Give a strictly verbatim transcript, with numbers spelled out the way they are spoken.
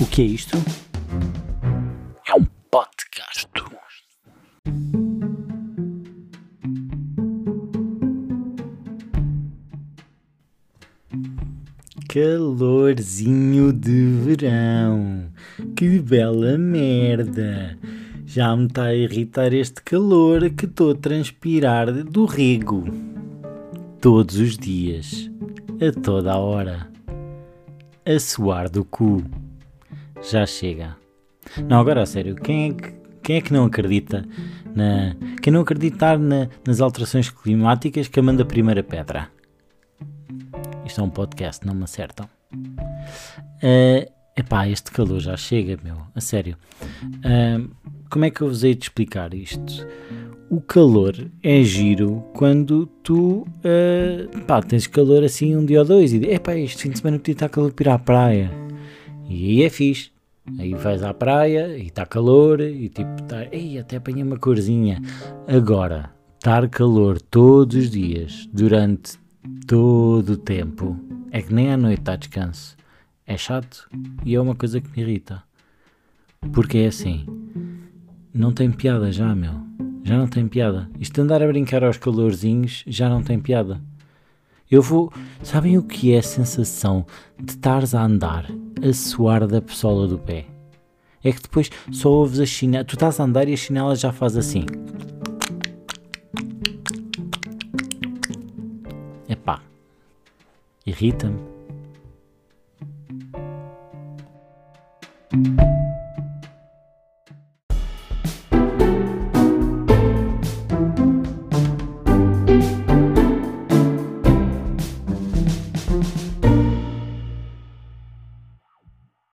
O que é isto? É um podcast. Calorzinho de verão. Que bela merda. Já me está a irritar este calor que estou a transpirar do rego. Todos os dias. A toda a hora. A suar do cu. Já chega. Não, agora a sério, quem é que, quem é que não acredita na... Quem não acreditar na, nas alterações climáticas que manda a primeira pedra? Isto é um podcast, não me acertam. Uh, epá, este calor já chega, meu, a sério. Uh, como é que eu vos hei de explicar isto? O calor é giro quando tu uh, pá, tens calor assim um dia ou dois e dizes, epá, este fim de semana podia estar calor para ir à praia. E aí é fixe. Aí vais à praia e está calor e tipo, tá, ei, até apanhei uma corzinha. Agora, estar calor todos os dias, durante todo o tempo, é que nem à noite está descanso. É chato e é uma coisa que me irrita. Porque é assim, não tem piada já, meu. Já não tem piada. Isto de andar a brincar aos calorzinhos já não tem piada. Eu vou... Sabem o que é a sensação de estares a andar a suar da pessola do pé? É que depois só ouves a chinela. Tu estás a andar e a chinela já faz assim. Epá. Irrita-me.